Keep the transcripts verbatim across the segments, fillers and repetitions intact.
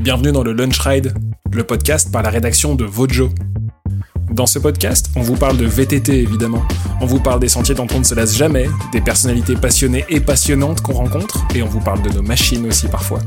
Bienvenue dans le Lunch Ride, le podcast par la rédaction de Vojo. Dans ce podcast, on vous parle de V T T évidemment, on vous parle des sentiers dont on ne se lasse jamais, des personnalités passionnées et passionnantes qu'on rencontre, et on vous parle de nos machines aussi parfois.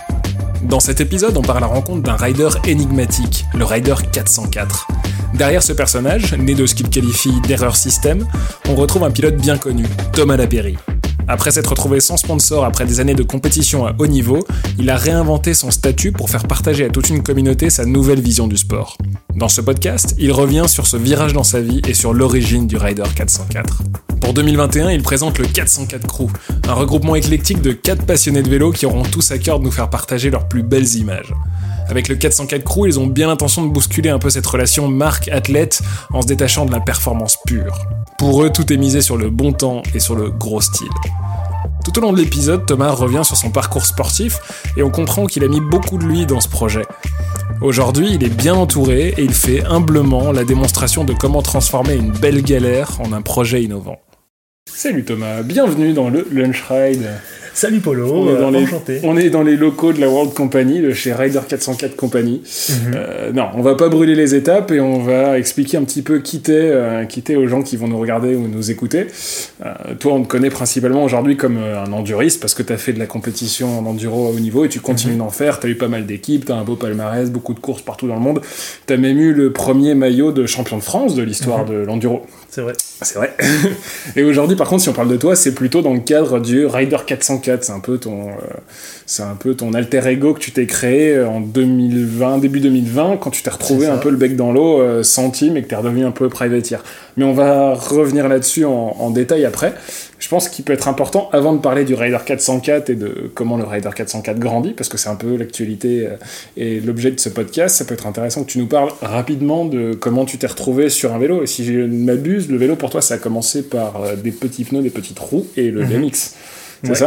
Dans cet épisode, on part à la rencontre d'un rider énigmatique, le Rider quatre cent quatre. Derrière ce personnage, né de ce qu'il qualifie d'erreur système, on retrouve un pilote bien connu, Thomas Lapéry. Après s'être retrouvé sans sponsor après des années de compétition à haut niveau, il a réinventé son statut pour faire partager à toute une communauté sa nouvelle vision du sport. Dans ce podcast, il revient sur ce virage dans sa vie et sur l'origine du Rider quatre cent quatre. Pour deux mille vingt et un, il présente le quatre cent quatre Crew, un regroupement éclectique de quatre passionnés de vélo qui auront tous à cœur de nous faire partager leurs plus belles images. Avec le quatre cent quatre Crew, ils ont bien l'intention de bousculer un peu cette relation marque-athlète en se détachant de la performance pure. Pour eux, tout est misé sur le bon temps et sur le gros style. Tout au long de l'épisode, Thomas revient sur son parcours sportif et on comprend qu'il a mis beaucoup de lui dans ce projet. Aujourd'hui, il est bien entouré et il fait humblement la démonstration de comment transformer une belle galère en un projet innovant. Salut Thomas, bienvenue dans le Lunch Ride. Salut Polo, on est, dans euh, les, enchanté. On est dans les locaux de la World Company, de chez Rider quatre cent quatre Company. Mm-hmm. Euh, non, on va pas brûler les étapes et on va expliquer un petit peu qui t'es, euh, qui t'es aux gens qui vont nous regarder ou nous écouter. Euh, toi, on te connaît principalement aujourd'hui comme euh, un enduriste parce que t'as fait de la compétition en enduro à haut niveau et tu continues mm-hmm. d'en faire. T'as eu pas mal d'équipes, t'as un beau palmarès, beaucoup de courses partout dans le monde. T'as même eu le premier maillot de champion de France de l'histoire mm-hmm. de l'enduro. C'est vrai. C'est vrai. Et aujourd'hui, par contre, si on parle de toi, c'est plutôt dans le cadre du Rider quatre cent quatre. C'est un peu ton, euh, c'est un peu ton alter ego que tu t'es créé en deux mille vingt, début deux mille vingt, quand tu t'es retrouvé un peu le bec dans l'eau, euh, sans team, et que t'es redevenu un peu privateer. Mais on va revenir là-dessus en, en détail après. Je pense qu'il peut être important, avant de parler du Rider quatre cent quatre et de comment le Rider quatre cent quatre grandit, parce que c'est un peu l'actualité euh, et l'objet de ce podcast, ça peut être intéressant que tu nous parles rapidement de comment tu t'es retrouvé sur un vélo. Et si je ne m'abuse, le vélo pour toi, ça a commencé par euh, des petits pneus, des petites roues et le mm-hmm. B M X. C'est ouais. ça ?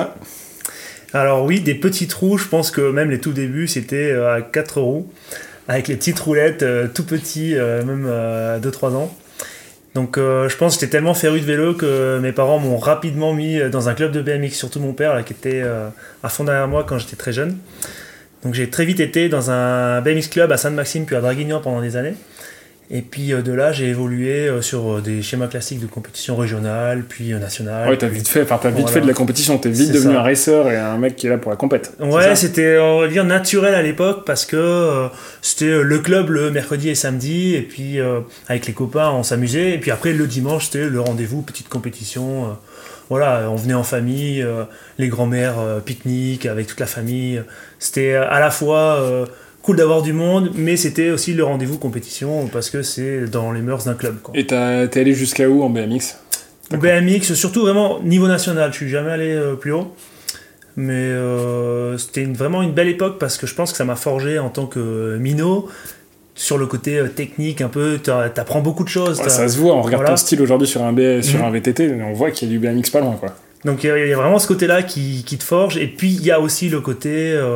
Alors oui, des petites roues, je pense que même les tout débuts, c'était euh, à quatre roues, avec les petites roulettes, euh, tout petits, euh, même euh, à deux trois ans. Donc euh, je pense que j'étais tellement féru de vélo que mes parents m'ont rapidement mis dans un club de B M X, surtout mon père là, qui était euh, à fond derrière moi quand j'étais très jeune. Donc j'ai très vite été dans un B M X club à Sainte-Maxime puis à Draguignan pendant des années. Et puis euh, de là, j'ai évolué euh, sur des schémas classiques de compétition régionale, puis euh, nationale. Ouais, t'as vite fait, enfin t'as vite voilà. fait de la compétition, t'es vite c'est devenu ça. un racer et un mec qui est là pour la compète. Ouais, c'était, on va dire, naturel à l'époque parce que euh, c'était le club le mercredi et samedi, et puis euh, avec les copains, on s'amusait, et puis après le dimanche, c'était le rendez-vous, petite compétition. Euh, voilà, on venait en famille, euh, les grands-mères, euh, pique-nique avec toute la famille. C'était à la fois... Euh, cool d'avoir du monde, mais c'était aussi le rendez-vous compétition parce que c'est dans les mœurs d'un club, quoi. Et t'as, t'es allé jusqu'à où en B M X ? En B M X, surtout vraiment niveau national, je suis jamais allé euh, plus haut, mais euh, c'était une, vraiment une belle époque parce que je pense que ça m'a forgé en tant que minot sur le côté euh, technique un peu, t'apprends beaucoup de choses. Ouais, ça se voit, on regarde voilà. ton style aujourd'hui sur un, B, sur mmh. un V T T, on voit qu'il y a du B M X pas loin, quoi. Donc il y, y a vraiment ce côté-là qui, qui te forge, et puis il y a aussi le côté... Euh,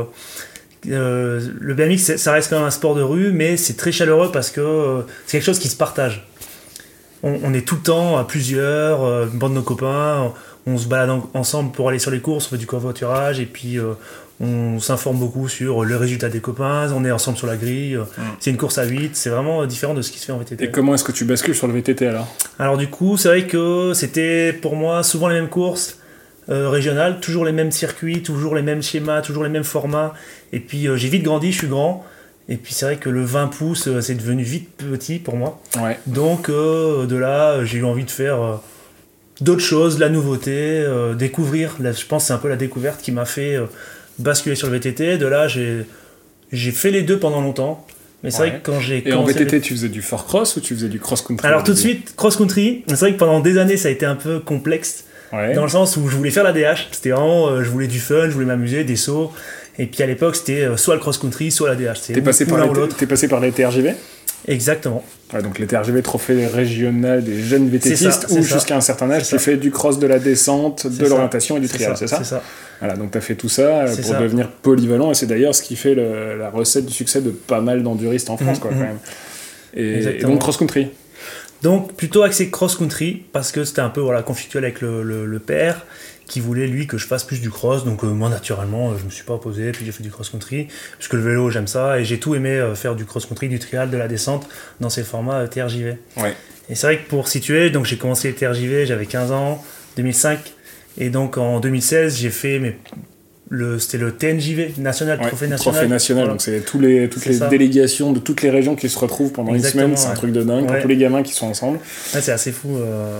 Euh, le B M X ça reste quand même un sport de rue, mais c'est très chaleureux parce que euh, c'est quelque chose qui se partage. On, on est tout le temps à plusieurs, euh, une bande de nos copains, on, on se balade en, ensemble pour aller sur les courses, on fait du covoiturage et puis euh, on s'informe beaucoup sur le résultat des copains, on est ensemble sur la grille, mmh. c'est une course à huit, c'est vraiment différent de ce qui se fait en V T T. Et comment est-ce que tu bascules sur le V T T alors ? Alors du coup, c'est vrai que c'était pour moi souvent les mêmes courses. Euh, régional, toujours les mêmes circuits, toujours les mêmes schémas, toujours les mêmes formats. Et puis euh, j'ai vite grandi, je suis grand. Et puis c'est vrai que le vingt pouces, euh, c'est devenu vite petit pour moi. Ouais. Donc euh, de là, j'ai eu envie de faire euh, d'autres choses, de la nouveauté, euh, découvrir. Là, je pense que c'est un peu la découverte qui m'a fait euh, basculer sur le V T T. De là, j'ai, j'ai fait les deux pendant longtemps. Mais c'est ouais. vrai que quand j'ai Et en V T T, le... tu faisais du four cross ou tu faisais du cross country ? Alors tout de suite, cross country. C'est vrai que pendant des années, ça a été un peu complexe. Ouais. Dans le sens où je voulais faire la D H, c'était vraiment, euh, je voulais du fun, je voulais m'amuser, des sauts, et puis à l'époque c'était euh, soit le cross-country, soit la D H. T'es passé, par les t- t'es passé par les T R J V ? Exactement. Ouais, donc les T R J V, trophée régional des jeunes VTTistes, où jusqu'à un certain âge tu fais du cross, de la descente, c'est de ça. l'orientation et du trial, c'est ça, c'est ça. Voilà, donc tu as fait tout ça c'est pour ça. devenir polyvalent, et c'est d'ailleurs ce qui fait le, la recette du succès de pas mal d'enduristes en France, mmh, quoi, quand même. Et, et donc cross-country. Donc plutôt axé cross-country, parce que c'était un peu voilà, conflictuel avec le, le, le père, qui voulait lui que je fasse plus du cross. Donc euh, moi naturellement, je me suis pas opposé, puis j'ai fait du cross-country, parce que le vélo j'aime ça, et j'ai tout aimé euh, faire du cross-country, du trial, de la descente, dans ces formats euh, T R J V. Ouais. Et c'est vrai que pour situer, donc j'ai commencé les T R J V, j'avais quinze ans, deux mille cinq, et donc en deux mille seize, j'ai fait mes... Le, c'était le T N J V national, ouais, trophée national. Trophée national, voilà. Donc c'est tous les, toutes c'est les ça. délégations de toutes les régions qui se retrouvent pendant Exactement, une semaine, c'est ouais. un truc de dingue ouais. pour tous les gamins qui sont ensemble. Ouais, c'est assez fou. Euh,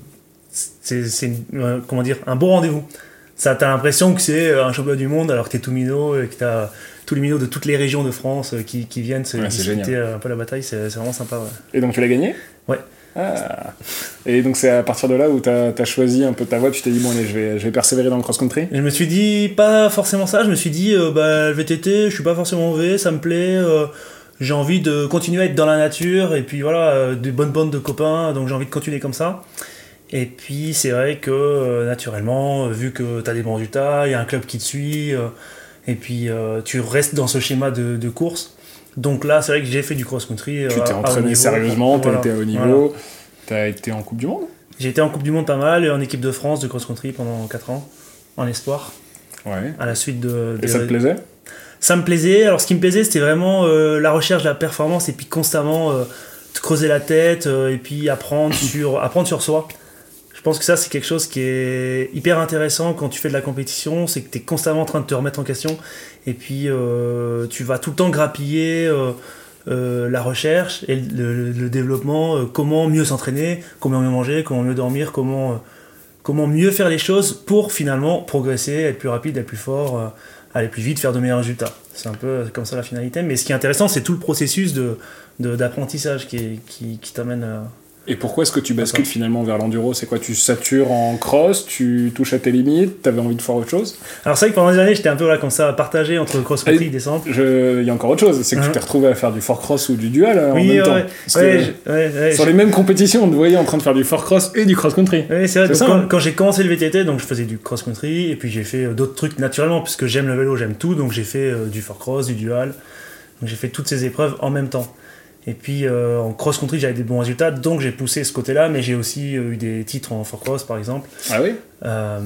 c'est c'est une, euh, comment dire, un beau rendez-vous. Ça, t'as l'impression que c'est un championnat du monde alors que t'es tout minot et que t'as tous les minots de toutes les régions de France qui, qui viennent se ouais, disputer un peu la bataille. C'est, c'est vraiment sympa. Ouais. Et donc tu l'as gagné ? Ouais. Ah. Et donc c'est à partir de là où t'as as choisi un peu ta voie, tu t'es dit bon allez je vais, je vais persévérer dans le cross-country. Je me suis dit pas forcément ça, je me suis dit euh, bah, le V T T je suis pas forcément mauvais, ça me plaît, euh, j'ai envie de continuer à être dans la nature et puis voilà, euh, des bonnes bandes de copains, donc j'ai envie de continuer comme ça. Et puis c'est vrai que euh, naturellement, vu que t'as des bons résultats, il y a un club qui te suit, euh, et puis euh, tu restes dans ce schéma de, de course. Donc là, c'est vrai que j'ai fait du cross-country. Tu t'es entraîné sérieusement, t'as voilà. été à haut niveau, voilà. T'as été en Coupe du Monde ? J'ai été en Coupe du Monde pas mal, et en équipe de France de cross-country pendant quatre ans, en espoir. Ouais. À la suite de... de... Et ça te plaisait ? Ça me plaisait. Alors ce qui me plaisait, c'était vraiment euh, la recherche de la performance, et puis constamment euh, te creuser la tête, euh, et puis apprendre sur, apprendre sur soi. Je pense que ça, c'est quelque chose qui est hyper intéressant quand tu fais de la compétition, c'est que tu es constamment en train de te remettre en question, et puis euh, tu vas tout le temps grappiller euh, euh, la recherche et le, le développement, euh, comment mieux s'entraîner, comment mieux manger, comment mieux dormir, comment, euh, comment mieux faire les choses pour finalement progresser, être plus rapide, être plus fort, euh, aller plus vite, faire de meilleurs résultats. C'est un peu comme ça la finalité, mais ce qui est intéressant, c'est tout le processus de, de, d'apprentissage qui, qui, qui t'amène... Euh, Et pourquoi est-ce que tu bascules finalement vers l'enduro ? C'est quoi ? Tu satures en cross, tu touches à tes limites, t'avais envie de faire autre chose ? Alors c'est vrai que pendant des années, j'étais un peu là comme ça, partagé entre cross-country et descente. Il y a encore autre chose, c'est que uh-huh. tu t'es retrouvé à faire du four cross ou du dual hein, oui, en même ouais, temps. Parce ouais, que je, ouais, ouais, sur je... les mêmes compétitions, on te voyait en train de faire du four cross et du cross-country. Oui, c'est vrai. C'est ça, quand, hein quand j'ai commencé le V T T, donc je faisais du cross-country et puis j'ai fait d'autres trucs naturellement, puisque j'aime le vélo, j'aime tout, donc j'ai fait euh, du four cross, du dual. Donc j'ai fait toutes ces épreuves en même temps. Et puis euh, en cross-country, j'avais des bons résultats, donc j'ai poussé ce côté-là, mais j'ai aussi euh, eu des titres en four cross, par exemple. Ah oui euh,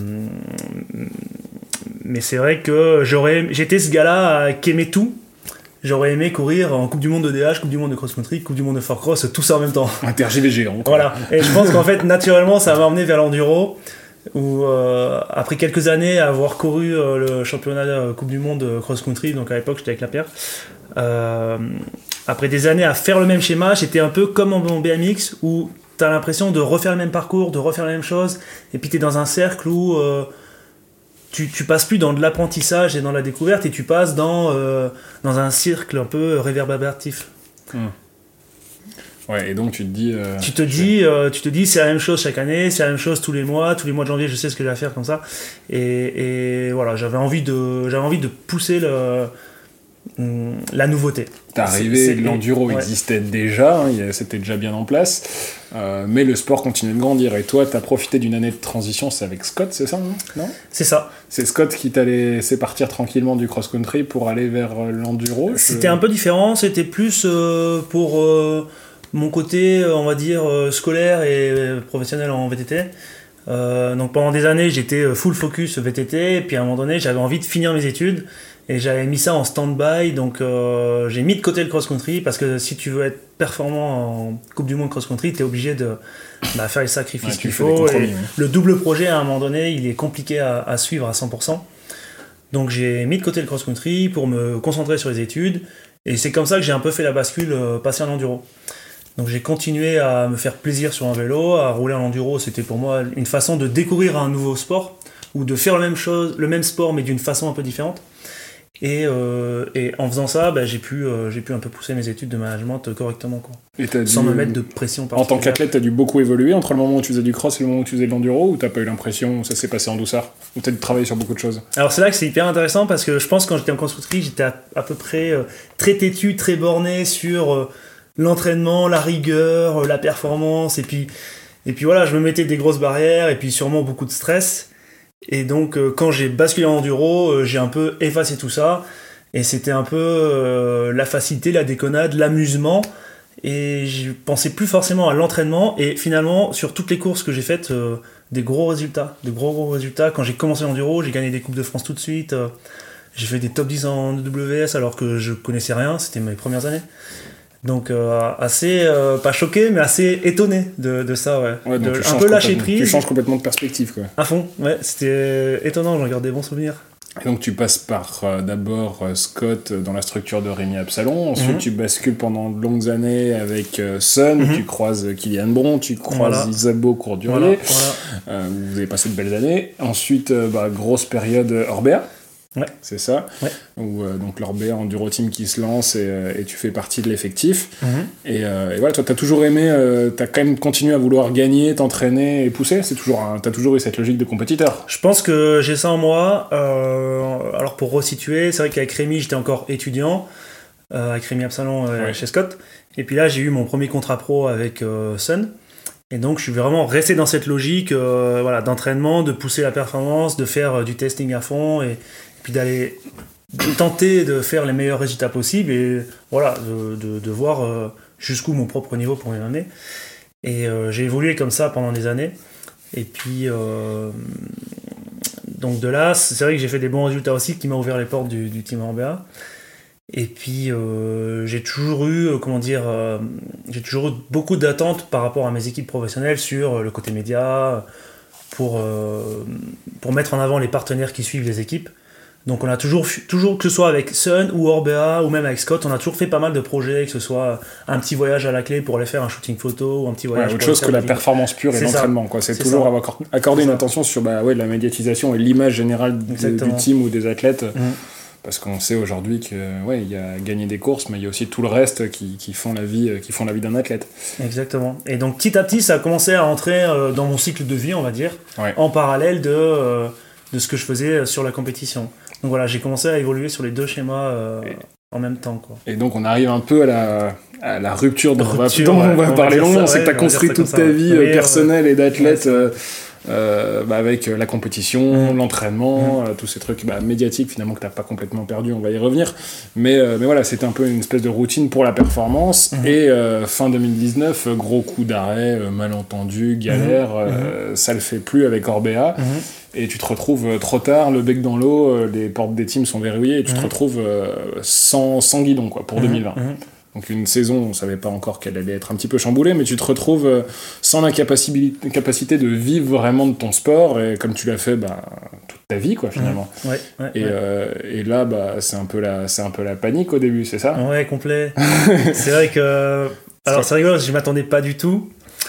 Mais c'est vrai que j'aurais, j'étais ce gars-là qui aimait tout. J'aurais aimé courir en Coupe du Monde de D H, Coupe du Monde de cross-country, Coupe du Monde de four cross, tout ça en même temps. Un T R J V géant. Voilà. Et je pense qu'en fait, naturellement, ça m'a emmené vers l'enduro, où euh, après quelques années à avoir couru euh, le championnat de Coupe du Monde de cross-country, donc à l'époque j'étais avec la Pierre, euh, après des années à faire le même schéma, j'étais un peu comme en B M X où t'as l'impression de refaire le même parcours, de refaire la même chose, et puis t'es dans un cercle où euh, tu, tu passes plus dans de l'apprentissage et dans la découverte, et tu passes dans, euh, dans un cercle un peu réverbatif. Hum. Ouais, et donc tu te dis... Euh, tu te dis, euh, tu te dis c'est la même chose chaque année, c'est la même chose tous les mois, tous les mois de janvier je sais ce que je vais faire comme ça, et, et voilà, j'avais envie de, j'avais envie de pousser le... la nouveauté. T'es arrivé, l'enduro ouais. existait déjà, hein, c'était déjà bien en place, euh, mais le sport continuait de grandir. Et toi, t'as profité d'une année de transition, c'est avec Scott, c'est ça, non, non C'est ça. C'est Scott qui t'a laissé partir tranquillement du cross-country pour aller vers l'enduro. C'était je... un peu différent, c'était plus euh, pour euh, mon côté, on va dire, euh, scolaire et professionnel en V T T. Euh, donc pendant des années, j'étais full focus V T T, et puis à un moment donné, j'avais envie de finir mes études. Et j'avais mis ça en stand-by, donc euh, j'ai mis de côté le cross-country, parce que si tu veux être performant en Coupe du Monde cross-country, t'es obligé de bah, faire les sacrifices ouais, qu'il faut. Et ouais. Le double projet, à un moment donné, il est compliqué à, à suivre à cent pour cent. Donc j'ai mis de côté le cross-country pour me concentrer sur les études, et c'est comme ça que j'ai un peu fait la bascule, euh, passer en enduro. Donc j'ai continué à me faire plaisir sur un vélo, à rouler en enduro, c'était pour moi une façon de découvrir un nouveau sport, ou de faire la même chose, le même sport, mais d'une façon un peu différente. Et, euh, et en faisant ça, bah, j'ai, pu, euh, j'ai pu un peu pousser mes études de management correctement, quoi. Et sans dû, me mettre de pression particulière. En tant qu'athlète, tu as dû beaucoup évoluer entre le moment où tu faisais du cross et le moment où tu faisais de l'enduro, ou tu n'as pas eu l'impression où ça s'est passé en douceur, ou tu as dû travailler sur beaucoup de choses? Alors c'est là que c'est hyper intéressant, parce que je pense que quand j'étais en cross-country, j'étais à, à peu près euh, très têtu, très borné sur euh, l'entraînement, la rigueur, euh, la performance, et puis, et puis voilà, je me mettais des grosses barrières, et puis sûrement beaucoup de stress. Et donc euh, quand j'ai basculé en enduro, euh, j'ai un peu effacé tout ça. Et c'était un peu euh, la facilité, la déconnade, l'amusement. et je pensais plus forcément à l'entraînement. Et finalement, sur toutes les courses que j'ai faites, euh, des gros résultats, de gros gros résultats. Quand j'ai commencé l'enduro, j'ai gagné des Coupes de France tout de suite. Euh, j'ai fait des top dix en E W S alors que je connaissais rien, c'était mes premières années. Donc euh, assez, euh, pas choqué, mais assez étonné de, de ça, ouais. ouais de, un peu lâcher prise. Tu changes complètement de perspective, quoi. À fond, ouais, c'était étonnant, j'en garde des bons souvenirs. Et donc tu passes par euh, d'abord euh, Scott dans la structure de Rémi Absalon, ensuite mm-hmm. tu bascules pendant de longues années avec euh, Sun, mm-hmm. tu croises Kylian Bron, tu croises voilà. Isabeau Courdurier, voilà, voilà. Euh, vous avez passé de belles années. Ensuite, euh, bah, grosse période Orbea. Ouais. C'est ça, ouais. Où, euh, donc l'Orbea Enduro Team qui se lance et, euh, et tu fais partie de l'effectif. Mm-hmm. Et, euh, et voilà, toi t'as toujours aimé, euh, t'as quand même continué à vouloir gagner, t'entraîner et pousser. C'est toujours un, t'as toujours eu cette logique de compétiteur. Je pense que j'ai ça en moi. Euh, alors pour resituer, c'est vrai qu'avec Rémi j'étais encore étudiant, euh, avec Rémi Absalon euh, ouais. chez Scott. Et puis là j'ai eu mon premier contrat pro avec euh, Sun. Et donc je suis vraiment resté dans cette logique euh, voilà, d'entraînement, de pousser la performance, de faire euh, du testing à fond et puis d'aller de tenter de faire les meilleurs résultats possibles et voilà, de, de, de voir euh, jusqu'où mon propre niveau pourrait m'amener. Et euh, j'ai évolué comme ça pendant des années. Et puis, euh, donc de là, c'est vrai que j'ai fait des bons résultats aussi qui m'ont ouvert les portes du, du team Orbea. Et puis, euh, j'ai toujours eu, euh, comment dire, euh, j'ai toujours eu beaucoup d'attentes par rapport à mes équipes professionnelles sur le côté média, pour, euh, pour mettre en avant les partenaires qui suivent les équipes. Donc on a toujours, toujours, que ce soit avec Sun ou Orbea ou même avec Scott, on a toujours fait pas mal de projets, que ce soit un petit voyage à la clé pour aller faire un shooting photo ou un petit voyage... Ouais, autre chose que la performance pure et c'est l'entraînement. Quoi. C'est, c'est toujours avoir accordé une attention sur bah, ouais, la médiatisation et l'image générale de, du team ou des athlètes. Mmh. Parce qu'on sait aujourd'hui qu'il ouais, y a gagné des courses, mais il y a aussi tout le reste qui, qui, font, la vie, qui font la vie d'un athlète. Exactement. Et donc petit à petit, ça a commencé à entrer euh, dans mon cycle de vie, on va dire, ouais. en parallèle de, euh, de ce que je faisais sur la compétition. Donc voilà, j'ai commencé à évoluer sur les deux schémas euh, en même temps. Quoi. Et donc on arrive un peu à la, à la rupture dont rupture, on va, ouais, on va on parler va longuement. Ça, c'est ouais, que tu as construit toute ta vie oui, personnelle ouais. et d'athlète ouais, euh, euh, bah avec la compétition, mmh. l'entraînement, mmh. euh, tous ces trucs bah, médiatiques finalement que tu n'as pas complètement perdu, on va y revenir. Mais, euh, mais voilà, c'était un peu une espèce de routine pour la performance. Mmh. Et euh, fin deux mille dix-neuf, gros coup d'arrêt, euh, malentendu, galère, mmh. euh, ça le fait plus avec Orbea. Mmh. Et tu te retrouves trop tard, le bec dans l'eau, les portes des teams sont verrouillées et tu mmh. te retrouves euh, sans, sans guidon quoi, pour mmh. deux mille vingt. Mmh. Donc une saison, on ne savait pas encore qu'elle allait être un petit peu chamboulée, mais tu te retrouves euh, sans la capacité, capacité de vivre vraiment de ton sport, et comme tu l'as fait bah, toute ta vie quoi, finalement. Mmh. Ouais, ouais, et, ouais. Euh, et là, bah, c'est, un peu la, c'est un peu la panique au début, c'est ça ? Ouais, complet. C'est vrai que... Alors c'est rigolo, je ne m'attendais pas du tout.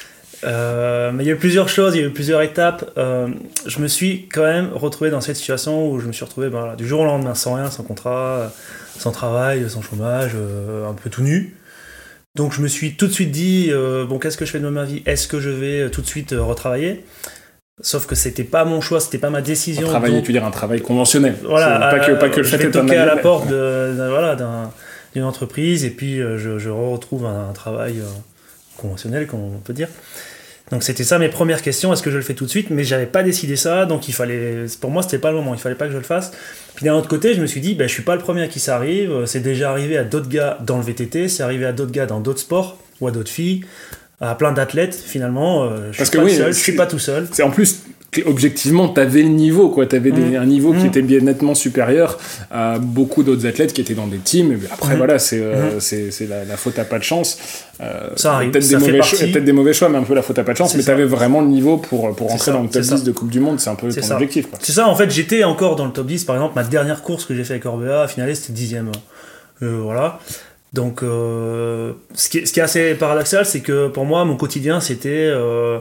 Euh, mais il y a eu plusieurs choses, il y a eu plusieurs étapes. Euh, je me suis quand même retrouvé dans cette situation où je me suis retrouvé ben, voilà, du jour au lendemain sans rien, sans contrat, sans travail, sans chômage, euh, un peu tout nu. Donc je me suis tout de suite dit euh, bon, qu'est-ce que je fais de ma vie ? Est-ce que je vais tout de suite euh, retravailler ? Sauf que c'était pas mon choix, c'était pas ma décision. Travailler, donc... tu veux dire un travail conventionnel. Voilà, pas, que, pas que le je fait vais toquer à la mais... porte de, de, voilà, d'un, d'une entreprise et puis euh, je, je retrouve un, un travail euh, conventionnel, comme on peut dire. Donc c'était ça mes premières questions, est-ce que je le fais tout de suite ? Mais j'avais pas décidé ça, donc il fallait, pour moi c'était pas le moment, il fallait pas que je le fasse. Puis d'un autre côté, je me suis dit, ben, je suis pas le premier à qui ça arrive, c'est déjà arrivé à d'autres gars dans le V T T, c'est arrivé à d'autres gars dans d'autres sports, ou à d'autres filles, à plein d'athlètes finalement, euh, je Parce suis que pas oui, seul, je suis pas tout seul. C'est en plus... objectivement, t'avais le niveau, quoi. T'avais mmh. des, un niveau mmh. qui était bien nettement supérieur à beaucoup d'autres athlètes qui étaient dans des teams. Et après, mmh. voilà, c'est, euh, mmh. c'est, c'est la, la faute à pas de chance. Euh, ça arrive, peut-être ça des fait mauvais partie. choix, peut-être des mauvais choix, mais un peu la faute à pas de chance. C'est mais ça. t'avais vraiment le niveau pour, pour rentrer ça, dans le top dix ça. de Coupe du Monde. C'est un peu c'est ton ça. objectif, quoi. C'est ça, en fait, j'étais encore dans le top dix. Par exemple, ma dernière course que j'ai fait avec Orbea, finaliste, c'était dixième. Euh, voilà. Donc, euh, ce, qui est, ce qui est assez paradoxal, c'est que pour moi, mon quotidien, c'était euh,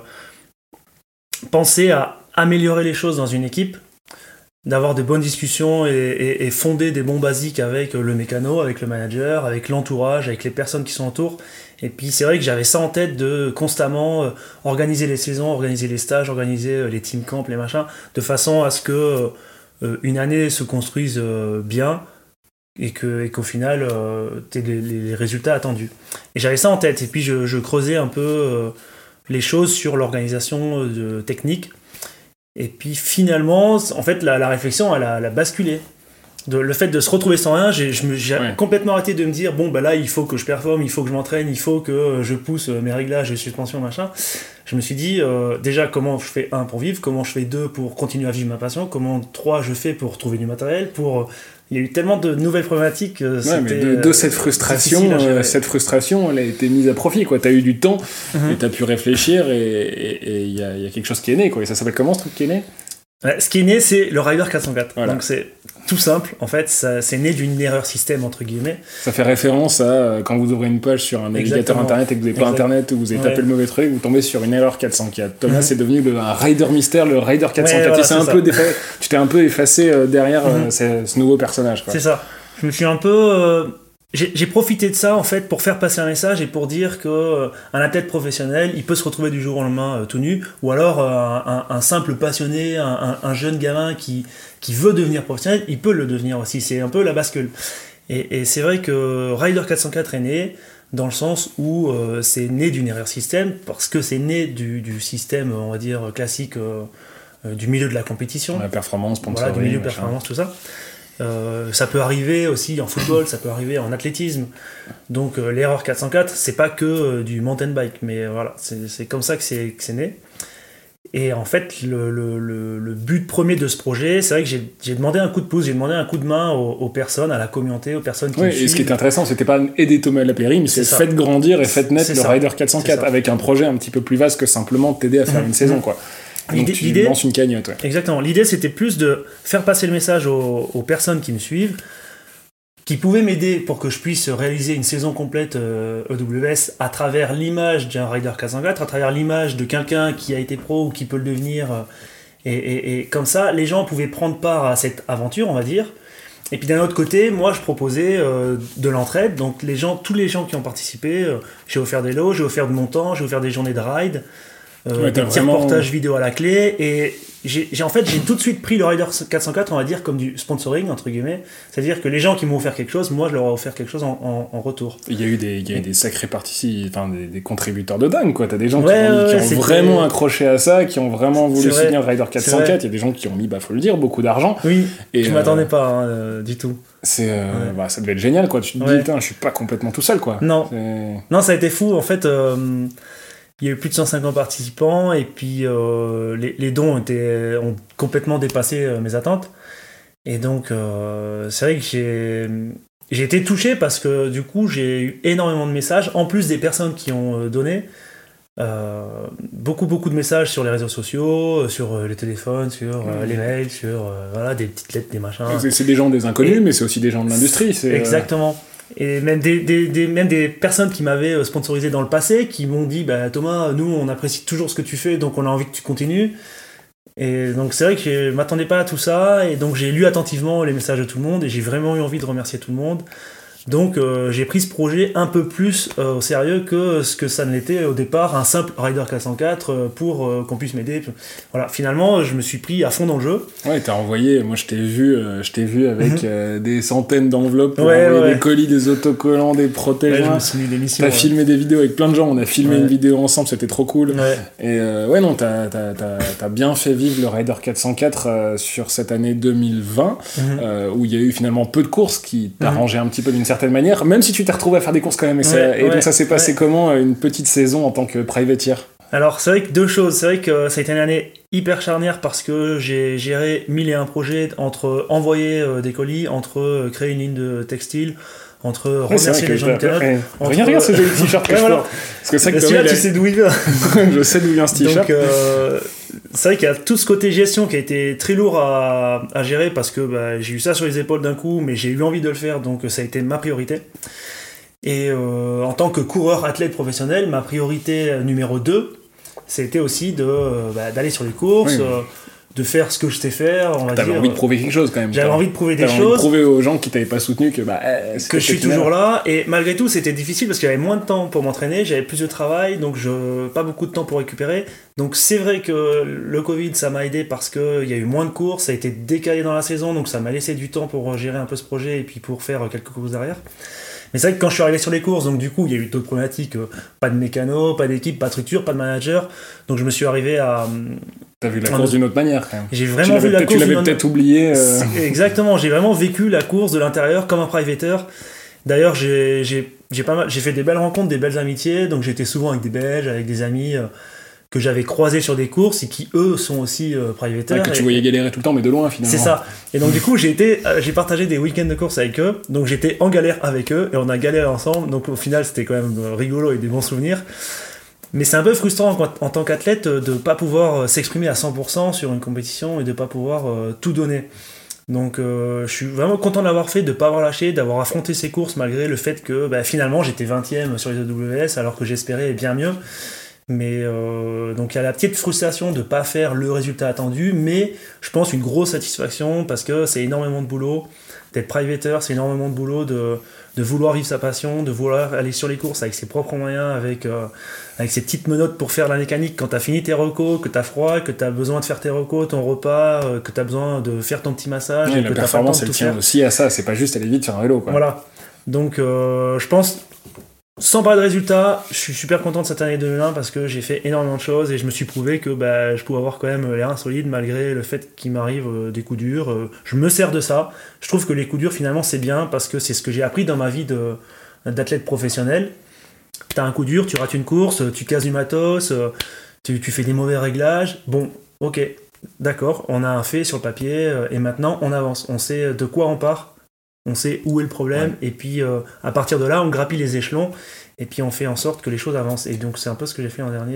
penser à améliorer les choses dans une équipe, d'avoir de bonnes discussions et, et, et fonder des bons basiques avec le mécano, avec le manager, avec l'entourage, avec les personnes qui sont autour. Et puis c'est vrai que j'avais ça en tête de constamment euh, organiser les saisons, organiser les stages, organiser euh, les team camps, les machins, de façon à ce que euh, une année se construise euh, bien et, que, et qu'au final euh, t'aies les, les résultats attendus. Et j'avais ça en tête. Et puis je, je creusais un peu euh, les choses sur l'organisation euh, technique. Et puis finalement, en fait, la, la réflexion, elle a, elle a basculé. de, le fait de se retrouver sans rien, j'ai, je me, j'ai Ouais. complètement arrêté de me dire bon bah là il faut que je performe, il faut que je m'entraîne, il faut que je pousse mes réglages et suspensions machin. Je me suis dit euh, déjà comment je fais un pour vivre, comment je fais deux pour continuer à vivre ma passion, comment trois je fais pour trouver du matériel, pour il y a eu tellement de nouvelles problématiques. Euh, ouais, mais de, de cette frustration, euh, cette frustration, elle a été mise à profit, quoi. T'as eu du temps mm-hmm. et t'as pu réfléchir et il y a, y a quelque chose qui est né, quoi. Et ça s'appelle comment ce truc qui est né? Ouais, ce qui est né, c'est le Rider quatre cent quatre. Voilà. Donc c'est tout simple, en fait, ça, c'est né d'une erreur système, entre guillemets. Ça fait référence à euh, quand vous ouvrez une page sur un navigateur Exactement. Internet et que vous n'avez pas exact. Internet ou vous avez ouais. tapé le mauvais truc, vous tombez sur une erreur quatre cent quatre. Thomas, mm-hmm. c'est devenu le, un Rider mystère, le Rider quatre cent quatre. Ouais, voilà, c'est un peu défa- tu t'es un peu effacé euh, derrière mm-hmm. euh, ce, ce nouveau personnage, quoi. C'est ça. Je me suis un peu... Euh... J'ai, j'ai profité de ça en fait pour faire passer un message et pour dire que euh, un athlète professionnel il peut se retrouver du jour au lendemain euh, tout nu, ou alors euh, un, un simple passionné, un, un, un jeune gamin qui, qui veut devenir professionnel, il peut le devenir aussi, c'est un peu la bascule. Et, et c'est vrai que Rider quatre cent quatre est né dans le sens où euh, c'est né d'une erreur système, parce que c'est né du, du système on va dire classique euh, euh, du milieu de la compétition. La performance, sponsoring, voilà, du milieu de performance, tout ça. Euh, ça peut arriver aussi en football, ça peut arriver en athlétisme. Donc euh, l'erreur quatre cent quatre, c'est pas que euh, du mountain bike, mais euh, voilà, c'est, c'est comme ça que c'est, que c'est né. Et en fait, le, le, le, le but premier de ce projet, c'est vrai que j'ai, j'ai demandé un coup de pouce, j'ai demandé un coup de main aux, aux personnes, à la communauté, aux personnes qui oui, me suivent. Et ce qui était intéressant, c'était pas aider Thomas Lapéry, mais c'est, c'est faites grandir et faites naître c'est le ça. Rider quatre cent quatre avec un projet un petit peu plus vaste que simplement t'aider à faire mmh. une saison, quoi. Donc l'idée, tu l'idée, lances une cagnotte. Ouais. Exactement. L'idée, c'était plus de faire passer le message aux, aux personnes qui me suivent, qui pouvaient m'aider pour que je puisse réaliser une saison complète euh, E W S à travers l'image d'un Rider quatre cent quatre, à travers l'image de quelqu'un qui a été pro ou qui peut le devenir. Euh, et, et, et comme ça, les gens pouvaient prendre part à cette aventure, on va dire. Et puis d'un autre côté, moi, je proposais euh, de l'entraide. Donc les gens, tous les gens qui ont participé, euh, j'ai offert des lots, j'ai offert de mon temps, j'ai offert des journées de ride. Euh, ouais, des petits vraiment... reportages vidéo à la clé, et j'ai, j'ai en fait j'ai tout de suite pris le Rider quatre cent quatre, on va dire, comme du sponsoring entre guillemets, c'est-à-dire que les gens qui m'ont offert quelque chose, moi je leur ai offert quelque chose en, en, en retour. Il y a eu des, il y a eu des sacrés participants, enfin des, des contributeurs de dingue, quoi. T'as des gens ouais, qui ont, ouais, qui ont vraiment vrai. accroché à ça, qui ont vraiment voulu soutenir le Rider quatre cent quatre. Il y a des gens qui ont mis, bah faut le dire, beaucoup d'argent. Oui. Et je euh, m'attendais pas hein, euh, du tout. C'est, euh, ouais. bah, ça devait être génial, quoi. Tu te ouais. dis, putain, je suis pas complètement tout seul, quoi. Non. C'est... Non, ça a été fou, en fait. Euh, Il y a eu plus de cent cinquante participants et puis euh, les, les dons ont, été, ont complètement dépassé euh, mes attentes. Et donc, euh, c'est vrai que j'ai, j'ai été touché parce que du coup, j'ai eu énormément de messages, en plus des personnes qui ont euh, donné. Euh, beaucoup, beaucoup de messages sur les réseaux sociaux, sur euh, les téléphones, sur euh, mmh. les mails, sur euh, voilà, des petites lettres, des machins. C'est, c'est des gens, des inconnus, et, mais c'est aussi des gens de l'industrie. C'est, exactement. Euh... Et même des, des, des, même des personnes qui m'avaient sponsorisé dans le passé, qui m'ont dit bah, Thomas, nous on apprécie toujours ce que tu fais, donc on a envie que tu continues. Et donc c'est vrai que je ne m'attendais pas à tout ça, et donc j'ai lu attentivement les messages de tout le monde, et j'ai vraiment eu envie de remercier tout le monde. Donc euh, j'ai pris ce projet un peu plus euh, au sérieux que ce que ça ne l'était au départ, un simple Rider quatre cent quatre euh, pour euh, qu'on puisse m'aider. Voilà, finalement je me suis pris à fond dans le jeu. Ouais, t'as envoyé, moi je t'ai vu, euh, je t'ai vu avec mm-hmm. euh, des centaines d'enveloppes pour ouais, envoyer ouais. des colis, des autocollants, des protèges. Ouais, je me suis mis des missions. T'as ouais. filmé des vidéos avec plein de gens, on a filmé ouais. une vidéo ensemble, c'était trop cool. Ouais. Et euh, ouais non, t'as, t'as, t'as, t'as bien fait vivre le Rider quatre cent quatre euh, sur cette année deux mille vingt, mm-hmm. euh, où il y a eu finalement peu de courses qui t'arrangeaient mm-hmm. un petit peu d'une certaine manière, même si tu t'es retrouvé à faire des courses quand même. Et, ouais, ça, et ouais, donc ça s'est passé ouais. comment, une petite saison en tant que privateer? Alors c'est vrai que deux choses, c'est vrai que ça a été une année hyper charnière parce que j'ai géré mille et un projets, entre envoyer euh, des colis, entre euh, créer une ligne de textile, entre ouais, remercier les gens de Internet. Ouais. Entre... Regarde, regarde ce joli t-shirt que ouais, je voilà. porte. Parce que c'est vrai que Thomas, tu a... sais d'où il vient. Je sais d'où vient ce t-shirt. Donc euh, c'est vrai qu'il y a tout ce côté gestion qui a été très lourd à, à gérer parce que bah, j'ai eu ça sur les épaules d'un coup, mais j'ai eu envie de le faire, donc ça a été ma priorité. Et euh, en tant que coureur athlète professionnel, ma priorité numéro deux, c'était aussi de, euh, bah, d'aller sur les courses, oui. euh, de faire ce que je sais faire. On va T'avais dire, envie de prouver quelque chose quand même. J'avais envie de prouver des T'avais choses. Envie de prouver aux gens qui t'avaient pas soutenu que, bah, eh, que je suis toujours là. Et malgré tout, c'était difficile parce qu'il y avait moins de temps pour m'entraîner, j'avais plus de travail, donc je, pas beaucoup de temps pour récupérer. Donc c'est vrai que le Covid, ça m'a aidé parce qu'il y a eu moins de courses, ça a été décalé dans la saison, donc ça m'a laissé du temps pour gérer un peu ce projet et puis pour faire quelques courses derrière. Mais c'est vrai que quand je suis arrivé sur les courses, donc du coup, il y a eu d'autres problématiques, euh, pas de mécano, pas d'équipe, pas de structure, pas de manager. Donc je me suis arrivé à, T'as vu la course d'une autre manière, quand même. J'ai vraiment vu la course. Tu l'avais peut-être oublié. Euh... Exactement, j'ai vraiment vécu la course de l'intérieur comme un privater. D'ailleurs, j'ai, j'ai, j'ai, pas mal, j'ai fait des belles rencontres, des belles amitiés. Donc j'étais souvent avec des Belges, avec des amis euh, que j'avais croisés sur des courses et qui, eux, sont aussi euh, privaters. Ouais, que tu et, voyais galérer tout le temps, mais de loin, finalement. C'est ça. Et donc du coup, j'ai, été, euh, j'ai partagé des week-ends de course avec eux. Donc j'étais en galère avec eux et on a galéré ensemble. Donc au final, c'était quand même rigolo et des bons souvenirs. Mais c'est un peu frustrant en, en tant qu'athlète de ne pas pouvoir s'exprimer à cent pour cent sur une compétition et de ne pas pouvoir euh, tout donner. Donc euh, je suis vraiment content de l'avoir fait, de ne pas avoir lâché, d'avoir affronté ces courses malgré le fait que bah, finalement j'étais vingtième sur les A W S alors que j'espérais bien mieux. Mais euh, donc il y a la petite frustration de ne pas faire le résultat attendu, mais je pense une grosse satisfaction parce que c'est énormément de boulot. D'être privater, c'est énormément de boulot, de, de vouloir vivre sa passion, de vouloir aller sur les courses avec ses propres moyens, avec, euh, avec ses petites menottes pour faire la mécanique quand t'as fini tes recos, que t'as froid, que t'as besoin de faire tes recos, ton repas, euh, que t'as besoin de faire ton petit massage. Ouais, et la que performance, t'as pas le temps de elle tout tient faire. aussi à ça, c'est pas juste aller vite faire un vélo, quoi. Voilà. Donc euh, je pense, sans parler de résultats, je suis super content de cette année deux mille un parce que j'ai fait énormément de choses et je me suis prouvé que bah, je pouvais avoir quand même les reins solides malgré le fait qu'il m'arrive euh, des coups durs. Euh, je me sers de ça. Je trouve que les coups durs finalement c'est bien parce que c'est ce que j'ai appris dans ma vie de, d'athlète professionnel. T'as un coup dur, tu rates une course, tu casses du matos, euh, tu, tu fais des mauvais réglages. Bon, ok, d'accord, on a un fait sur le papier euh, et maintenant on avance. On sait de quoi on part. On sait où est le problème, ouais. Et puis euh, à partir de là, on grappille les échelons, et puis on fait en sorte que les choses avancent. Et donc c'est un peu ce que j'ai fait l'an dernier.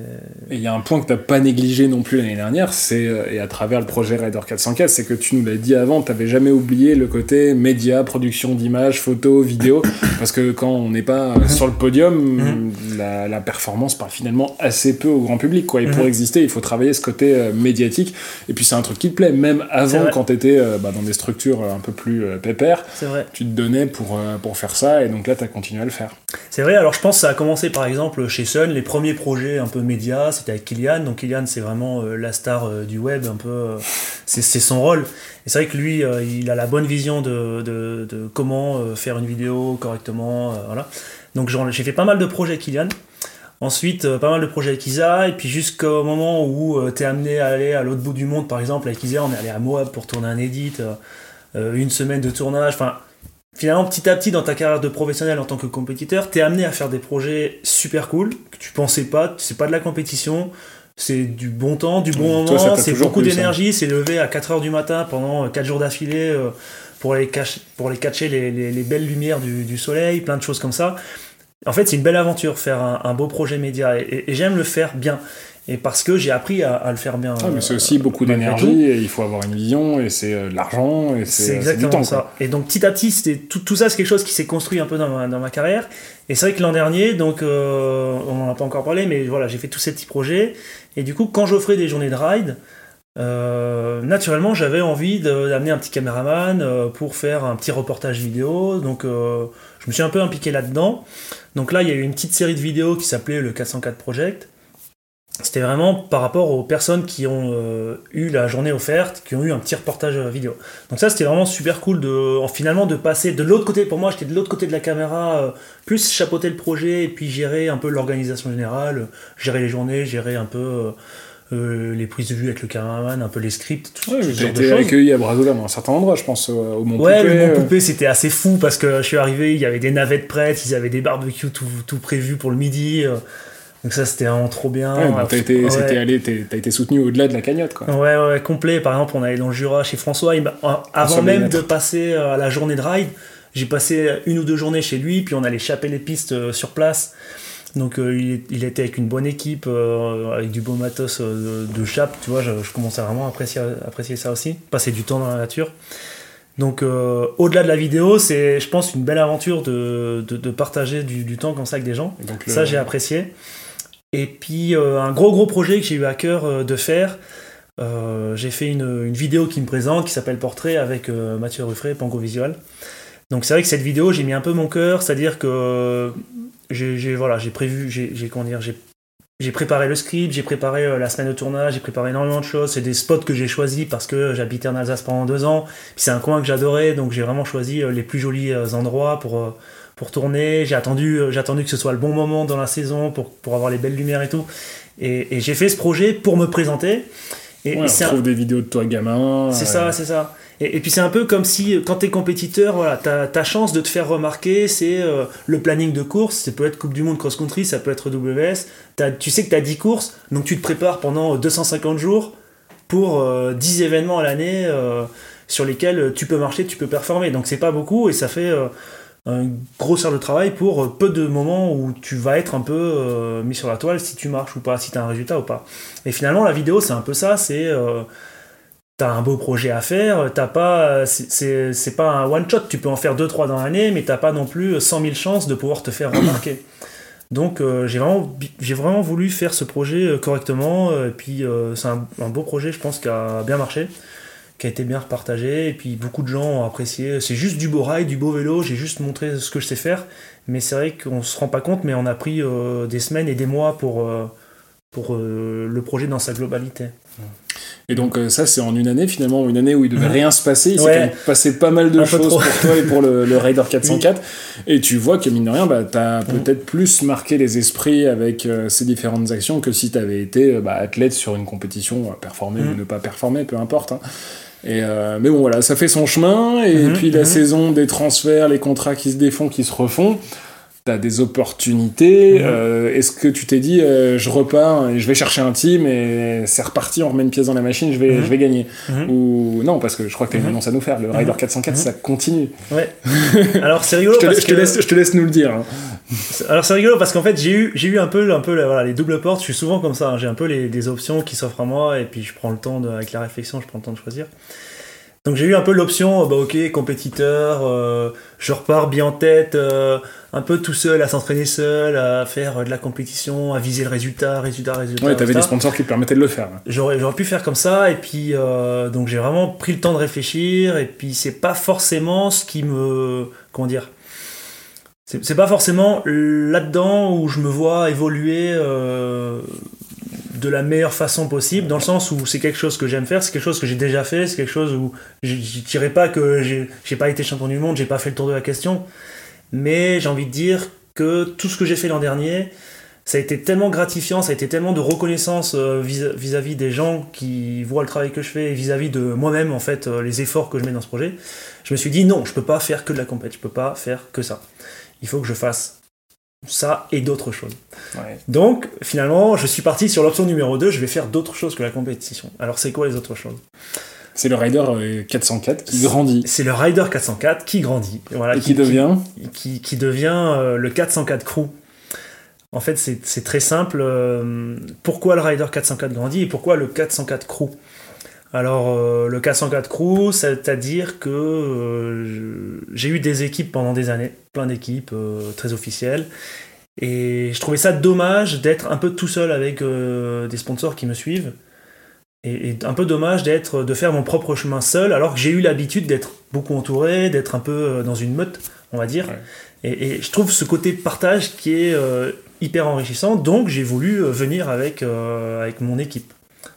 Et il y a un point que tu n'as pas négligé non plus l'année dernière, c'est, et à travers le projet Rider quatre cent quatre, c'est que tu nous l'as dit avant, tu n'avais jamais oublié le côté média, production d'images, photos, vidéos, parce que quand on n'est pas mm-hmm. sur le podium, mm-hmm. la, la performance parle finalement assez peu au grand public, quoi. Et mm-hmm. pour exister, il faut travailler ce côté euh, médiatique, et puis c'est un truc qui te plaît, même avant, quand tu étais euh, bah, dans des structures un peu plus euh, pépères. C'est vrai. Tu te donnais pour, euh, pour faire ça, et donc là, tu as continué à le faire. C'est vrai, alors je pense que ça a commencé par exemple chez Sun, les premiers projets un peu médias, c'était avec Kylian. Donc Kylian, c'est vraiment euh, la star euh, du web, un peu, euh, c'est, c'est son rôle. Et c'est vrai que lui, euh, il a la bonne vision de, de, de comment euh, faire une vidéo correctement. Euh, voilà. Donc genre, j'ai fait pas mal de projets avec Kylian. Ensuite, euh, pas mal de projets avec Isa, et puis jusqu'au moment où euh, t'es amené à aller à l'autre bout du monde, par exemple avec Isa, on est allé à Moab pour tourner un edit. Euh, Euh, une semaine de tournage, enfin finalement petit à petit dans ta carrière de professionnel en tant que compétiteur, t'es amené à faire des projets super cool que tu pensais pas, c'est pas de la compétition, c'est du bon temps, du bon moment, toi, c'est beaucoup d'énergie, ça. C'est levé à quatre heures du matin pendant quatre jours d'affilée euh, pour aller cacher, pour aller catcher les, les, les belles lumières du, du soleil, plein de choses comme ça. En fait, c'est une belle aventure faire un, un beau projet média et, et, et j'aime le faire bien. Et parce que j'ai appris à, à le faire bien. Ah, mais c'est aussi beaucoup d'énergie, et il faut avoir une vision, et c'est euh, de l'argent, et c'est, c'est exactement c'est du temps, ça. Quoi. Et donc petit à petit, c'était, tout, tout ça, c'est quelque chose qui s'est construit un peu dans ma, dans ma carrière. Et c'est vrai que l'an dernier, donc euh, on n'en a pas encore parlé, mais voilà, j'ai fait tous ces petits projets. Et du coup, quand j'offrais des journées de ride, euh, naturellement, j'avais envie de, d'amener un petit caméraman euh, pour faire un petit reportage vidéo. Donc euh, je me suis un peu impliqué là-dedans. Donc là, il y a eu une petite série de vidéos qui s'appelait le quatre cent quatre Project. C'était vraiment par rapport aux personnes qui ont euh, eu la journée offerte, qui ont eu un petit reportage vidéo. Donc ça, c'était vraiment super cool de, finalement de passer de l'autre côté. Pour moi, j'étais de l'autre côté de la caméra, euh, plus chapeauter le projet et puis gérer un peu l'organisation générale, euh, gérer les journées, gérer un peu euh, euh, les prises de vue avec le cameraman, un peu les scripts, tout, ouais, tout ce genre de choses. J'ai été accueilli à bras ouverts dans un certain endroit, je pense, au Mont ouais, Poupée. Ouais, le Mont Poupée, c'était assez fou parce que je suis arrivé, il y avait des navettes prêtes, ils avaient des barbecues tout, tout prévus pour le midi. Euh, Donc ça, c'était vraiment trop bien. Ouais, donc t'as été, ouais. c'était allé, t'as été soutenu au-delà de la cagnotte, quoi. Ouais, ouais, complet. Par exemple, on allait dans le Jura chez François. Il avant même de passer à la journée de ride, j'ai passé une ou deux journées chez lui, puis on allait chaper les pistes sur place. Donc euh, il, il était avec une bonne équipe, euh, avec du beau matos euh, de, de chape, tu vois, je, je commençais vraiment à apprécier, apprécier ça aussi, passer du temps dans la nature. Donc euh, au-delà de la vidéo, c'est, je pense, une belle aventure de, de, de partager du, du temps comme ça avec des gens. Donc, ça, le... j'ai apprécié. Et puis euh, un gros gros projet que j'ai eu à cœur euh, de faire, euh, j'ai fait une, une vidéo qui me présente, qui s'appelle Portrait, avec euh, Mathieu Ruffray, Pango Visual. Donc c'est vrai que cette vidéo, j'ai mis un peu mon cœur, c'est-à-dire que j'ai, j'ai, voilà, j'ai prévu, j'ai, j'ai, comment dire, j'ai, j'ai préparé le script, j'ai préparé euh, la semaine de tournage, j'ai préparé énormément de choses. C'est des spots que j'ai choisis parce que j'habitais en Alsace pendant deux ans. Puis c'est un coin que j'adorais, donc j'ai vraiment choisi euh, les plus jolis euh, endroits pour, euh, pour tourner. J'ai attendu, j'ai attendu que ce soit le bon moment dans la saison pour, pour avoir les belles lumières et tout. Et, et j'ai fait ce projet pour me présenter. Et, ouais, et c'est on trouve un... des vidéos de toi gamin. C'est euh... ça, c'est ça. Et, et puis c'est un peu comme si, quand t'es compétiteur, voilà, ta, ta chance de te faire remarquer, c'est euh, le planning de course. Ça peut être Coupe du Monde cross-country, ça peut être W S. T'as, tu sais que t'as dix courses, donc tu te prépares pendant deux cent cinquante jours pour euh, dix événements à l'année euh, sur lesquels tu peux marcher, tu peux performer. Donc c'est pas beaucoup et ça fait euh, une grosse heure de travail pour peu de moments où tu vas être un peu euh, mis sur la toile si tu marches ou pas, si t'as un résultat ou pas. Et finalement, la vidéo, c'est un peu ça, c'est... Euh, t'as un beau projet à faire, t'as pas, c'est, c'est, c'est pas un one shot, tu peux en faire deux trois dans l'année, mais t'as pas non plus cent mille chances de pouvoir te faire remarquer. Donc euh, j'ai, vraiment, j'ai vraiment voulu faire ce projet correctement, et puis euh, c'est un, un beau projet, je pense, qui a bien marché, qui a été bien repartagé, et puis beaucoup de gens ont apprécié. C'est juste du beau rail, du beau vélo, j'ai juste montré ce que je sais faire, mais c'est vrai qu'on se rend pas compte, mais on a pris euh, des semaines et des mois pour, euh, pour euh, le projet dans sa globalité. Et donc euh, ça c'est en une année finalement, une année où il devait mmh. rien se passer, il ouais. s'est quand même passé pas mal de un choses pour toi et pour le, le Rider quatre cent quatre, oui. Et tu vois que mine de rien, bah, t'as mmh. peut-être plus marqué les esprits avec euh, ces différentes actions que si t'avais été bah, athlète sur une compétition, euh, performer mmh. ou ne pas performer, peu importe. Hein. Et euh, mais bon voilà, ça fait son chemin, et mmh. puis la mmh. saison des transferts, les contrats qui se défont, qui se refont. T'as des opportunités, mmh. euh, est-ce que tu t'es dit euh, je repars et je vais chercher un team et c'est reparti, on remet une pièce dans la machine, je vais, mmh. je vais gagner mmh. Ou non, parce que je crois que t'as une mmh. annonce à nous faire, le Rider quatre cent quatre mmh. ça continue. Ouais. Alors c'est rigolo je, te, parce je, que... te laisse, je te laisse nous le dire. Hein. Alors c'est rigolo parce qu'en fait j'ai eu, j'ai eu un peu, un peu voilà, les doubles portes, je suis souvent comme ça, hein. J'ai un peu les, des options qui s'offrent à moi et puis je prends le temps, de, avec la réflexion, je prends le temps de choisir. Donc j'ai eu un peu l'option, bah ok, compétiteur, euh, je repars bien en tête, euh, un peu tout seul, à s'entraîner seul, à faire de la compétition, à viser le résultat, résultat, résultat. Ouais, t'avais résultat. Des sponsors qui te permettaient de le faire. J'aurais, j'aurais pu faire comme ça, et puis euh, donc j'ai vraiment pris le temps de réfléchir, et puis c'est pas forcément ce qui me... Comment dire c'est, c'est pas forcément là-dedans où je me vois évoluer... Euh, de la meilleure façon possible, dans le sens où c'est quelque chose que j'aime faire, c'est quelque chose que j'ai déjà fait, c'est quelque chose où je dirais pas que j'ai, j'ai pas été champion du monde, j'ai pas fait le tour de la question, mais j'ai envie de dire que tout ce que j'ai fait l'an dernier, ça a été tellement gratifiant, ça a été tellement de reconnaissance euh, vis- vis-à-vis des gens qui voient le travail que je fais, et vis-à-vis de moi-même, en fait, euh, les efforts que je mets dans ce projet. Je me suis dit non, je peux pas faire que de la compète, je peux pas faire que ça. Il faut que je fasse ça et d'autres choses. Ouais. Donc, finalement, je suis parti sur l'option numéro deux, je vais faire d'autres choses que la compétition. Alors, c'est quoi les autres choses ? C'est le Rider quatre cent quatre qui grandit. C'est le Rider quatre cent quatre qui grandit. Voilà, et qui, qui devient qui, qui, qui devient euh, le quatre cent quatre Crew. En fait, c'est, c'est très simple. Euh, pourquoi le Rider quatre cent quatre grandit et pourquoi le quatre cent quatre Crew ? Alors, euh, le quatre cent quatre Crew, c'est-à-dire que euh, j'ai eu des équipes pendant des années, plein d'équipes euh, très officielles, et je trouvais ça dommage d'être un peu tout seul avec euh, des sponsors qui me suivent, et, et un peu dommage d'être, de faire mon propre chemin seul, alors que j'ai eu l'habitude d'être beaucoup entouré, d'être un peu dans une meute, on va dire, ouais. et, et je trouve ce côté partage qui est euh, hyper enrichissant, donc j'ai voulu venir avec, euh, avec mon équipe.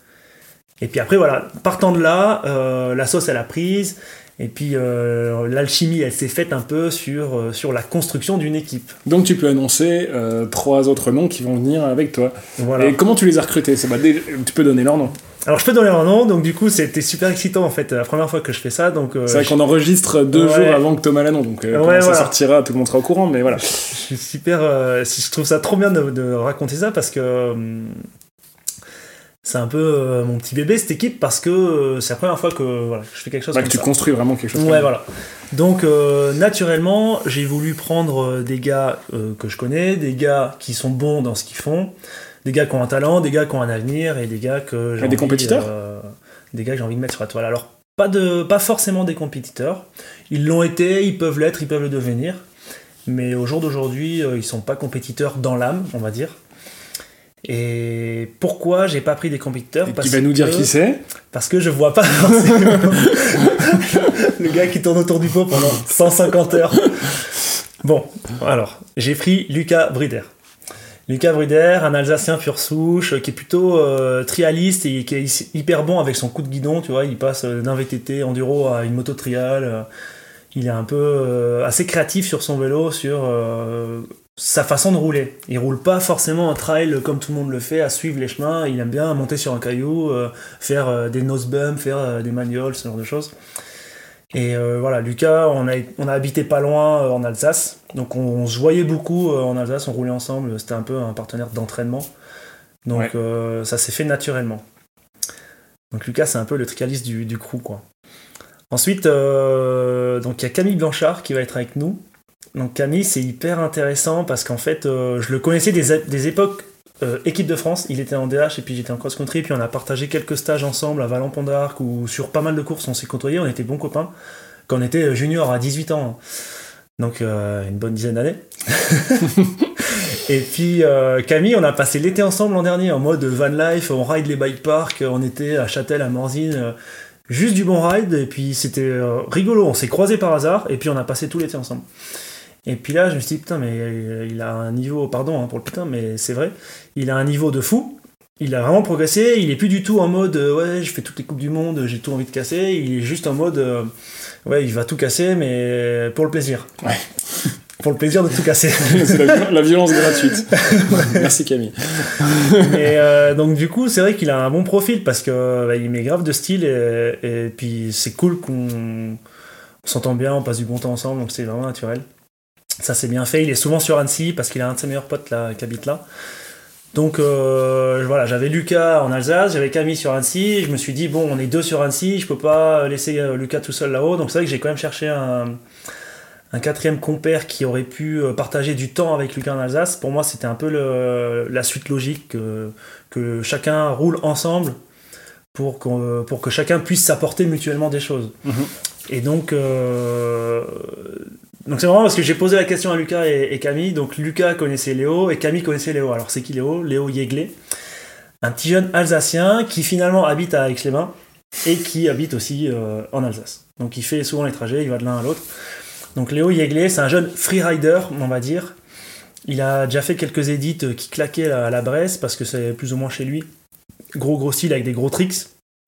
Et puis après, voilà, partant de là, euh, la sauce, elle a prise. Et puis, euh, l'alchimie, elle s'est faite un peu sur, euh, sur la construction d'une équipe. Donc, tu peux annoncer euh, trois autres noms qui vont venir avec toi. Voilà. Et comment tu les as recrutés ? C'est, bah, des... Tu peux donner leur nom. Alors, je peux donner leur nom. Donc, du coup, c'était super excitant, en fait, la première fois que je fais ça. Donc, euh, c'est vrai je... qu'on enregistre deux ouais. jours avant que Thomas l'annonce. Donc, euh, ouais, quand ça voilà. sortira, tout le monde sera au courant. Mais voilà. Je suis super... Euh, je trouve ça trop bien de, de raconter ça parce que... Euh, c'est un peu euh, mon petit bébé, cette équipe, parce que euh, c'est la première fois que voilà, je fais quelque chose bah, comme que ça. Tu construis vraiment quelque chose. Ouais, voilà. Donc, euh, naturellement, j'ai voulu prendre des gars euh, que je connais, des gars qui sont bons dans ce qu'ils font, des gars qui ont un talent, des gars qui ont un avenir, et des gars que j'ai et envie... des compétiteurs euh, Des gars que j'ai envie de mettre sur la toile. Alors, pas, de, pas forcément des compétiteurs. Ils l'ont été, ils peuvent l'être, ils peuvent le devenir. Mais au jour d'aujourd'hui, euh, ils sont pas compétiteurs dans l'âme, on va dire. Et pourquoi j'ai pas pris des compétiteurs ? Tu vas nous dire qui c'est ? Parce que je vois pas forcément le gars qui tourne autour du pot pendant cent cinquante heures. Bon, alors, j'ai pris Lucas Brider. Lucas Brider, un Alsacien pure souche, qui est plutôt euh, trialiste et qui est hyper bon avec son coup de guidon, tu vois, il passe d'un V T T enduro à une moto trial. il est un peu euh, assez créatif sur son vélo, sur euh, sa façon de rouler. Il roule pas forcément un trail comme tout le monde le fait, à suivre les chemins. Il aime bien monter sur un caillou, euh, faire euh, des nose bumps, faire euh, des magnoles, ce genre de choses. Et euh, voilà, Lucas, on a, on a habité pas loin euh, en Alsace, donc on, on se voyait beaucoup euh, en Alsace, on roulait ensemble, c'était un peu un partenaire d'entraînement. Donc ouais. euh, ça s'est fait naturellement. Donc Lucas, c'est un peu le tricaliste du, du crew, quoi. Ensuite, euh, donc il y a Camille Blanchard qui va être avec nous. Donc Camille, c'est hyper intéressant parce qu'en fait, euh, je le connaissais des, des époques euh, équipe de France. Il était en D H et puis j'étais en cross-country. Puis on a partagé quelques stages ensemble à Vallon-Pont d'Arc ou sur pas mal de courses. On s'est côtoyés, on était bons copains quand on était junior à dix-huit ans. Donc euh, une bonne dizaine d'années. Et puis euh, Camille, on a passé l'été ensemble l'an dernier en mode van life. On ride les bike parks. On était à Châtel, à Morzine. Euh, Juste du bon ride, et puis c'était euh, rigolo, on s'est croisés par hasard, et puis on a passé tout l'été ensemble. Et puis là, je me suis dit, putain, mais il a un niveau, pardon hein, pour le putain, mais c'est vrai, il a un niveau de fou, il a vraiment progressé, il est plus du tout en mode, euh, ouais, je fais toutes les coupes du monde, j'ai tout envie de casser, il est juste en mode, euh, ouais, il va tout casser, mais pour le plaisir. Ouais. Pour le plaisir de tout casser. C'est la, la violence gratuite. Merci Camille. Et euh, donc du coup, c'est vrai qu'il a un bon profil parce que bah, il met grave de style et, et puis c'est cool qu'on on s'entend bien, on passe du bon temps ensemble, donc c'est vraiment naturel. Ça c'est bien fait. Il est souvent sur Annecy parce qu'il a un de ses meilleurs potes là qui habite là. Donc euh, voilà, j'avais Lucas en Alsace, j'avais Camille sur Annecy. Je me suis dit bon, on est deux sur Annecy, je peux pas laisser Lucas tout seul là-haut. Donc c'est vrai que j'ai quand même cherché un un quatrième compère qui aurait pu partager du temps avec Lucas en Alsace. Pour moi, c'était un peu le, la suite logique, que, que chacun roule ensemble pour, qu'on, pour que chacun puisse s'apporter mutuellement des choses. Mmh. Et donc, euh, donc, c'est vraiment parce que j'ai posé la question à Lucas et, et Camille. Donc, Lucas connaissait Léo et Camille connaissait Léo. Alors, c'est qui Léo ? Léo Yeglé, un petit jeune Alsacien qui finalement habite à Aix-les-Bains et qui habite aussi euh, en Alsace. Donc, il fait souvent les trajets, il va de l'un à l'autre. Donc Léo Yeglé, c'est un jeune freerider, on va dire. Il a déjà fait quelques edits qui claquaient à la Bresse, parce que c'est plus ou moins chez lui. Gros gros style avec des gros tricks.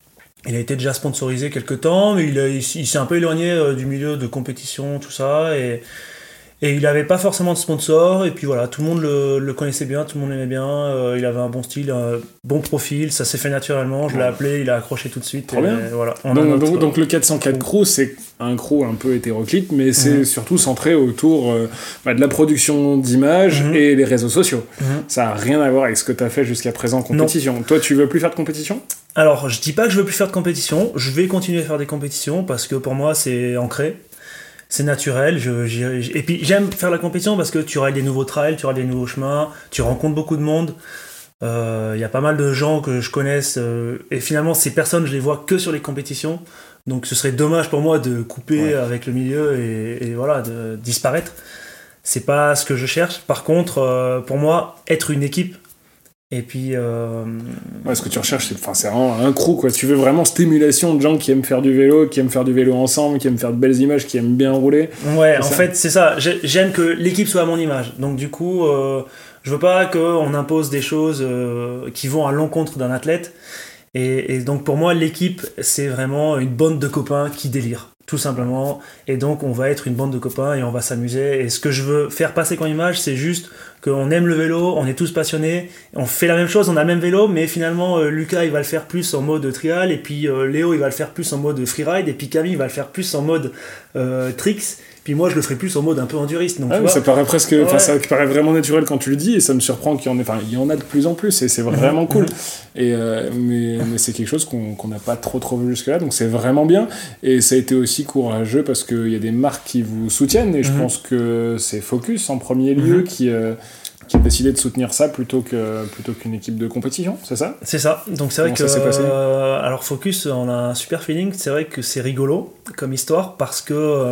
Il a été déjà sponsorisé quelques temps, mais il, a, il, il s'est un peu éloigné du milieu de compétition, tout ça. Et, et il n'avait pas forcément de sponsor. Et puis voilà, tout le monde le, le connaissait bien, tout le monde l'aimait bien. Euh, il avait un bon style, un bon profil, ça s'est fait naturellement. Je l'ai appelé, il a accroché tout de suite. Trop bien. Voilà, donc, notre, donc, donc le quatre cent quatre crew, c'est un crew un peu hétéroclite, mais c'est mmh. surtout centré autour euh, bah, de la production d'images mmh. et les réseaux sociaux. Mmh. Ça n'a rien à voir avec ce que tu as fait jusqu'à présent en compétition. Non. Toi, tu veux plus faire de compétition ? Alors, je dis pas que je veux plus faire de compétition. Je vais continuer à faire des compétitions parce que pour moi, c'est ancré. C'est naturel, je, je, et puis j'aime faire la compétition parce que tu auras des nouveaux trails, tu auras des nouveaux chemins, tu rencontres beaucoup de monde, il euh, y a pas mal de gens que je connaisse, euh, et finalement ces personnes je les vois que sur les compétitions, donc ce serait dommage pour moi de couper ouais. avec le milieu et, et voilà, de disparaître. C'est pas ce que je cherche, par contre euh, pour moi être une équipe, et puis euh... ouais, ce que tu recherches, c'est, enfin, c'est vraiment un crew, quoi. Tu veux vraiment stimulation de gens qui aiment faire du vélo, qui aiment faire du vélo ensemble, qui aiment faire de belles images, qui aiment bien rouler. Ouais, c'est en ça. fait, c'est ça. J'aime que l'équipe soit à mon image. Donc du coup, euh, je veux pas qu'on impose des choses euh, qui vont à l'encontre d'un athlète. Et, et donc pour moi, l'équipe, c'est vraiment une bande de copains qui délirent, tout simplement. Et donc on va être une bande de copains et on va s'amuser. Et ce que je veux faire passer comme image, c'est juste qu'on aime le vélo, on est tous passionnés, on fait la même chose, on a le même vélo, mais finalement euh, Lucas il va le faire plus en mode trial, et puis euh, Léo il va le faire plus en mode freeride, et puis Camille il va le faire plus en mode euh, tricks, puis moi je le ferai plus en mode un peu enduriste. Donc, ah, tu vois, ça paraît presque, ouais. ça paraît vraiment naturel quand tu le dis, et ça me surprend qu'il y en ait, enfin il y en a de plus en plus, et c'est vraiment cool. Et euh, mais, mais c'est quelque chose qu'on qu'on n'a pas trop trop vu jusque-là, donc c'est vraiment bien, et ça a été aussi courageux parce qu'il y a des marques qui vous soutiennent, et je mm-hmm. pense que c'est Focus en premier lieu mm-hmm. qui... Euh, qui a décidé de soutenir ça plutôt, que, plutôt qu'une équipe de compétition, c'est ça ? C'est ça, donc c'est vrai Comment que... Ça s'est passé ? Euh, alors Focus, on a un super feeling, c'est vrai que c'est rigolo comme histoire, parce que euh,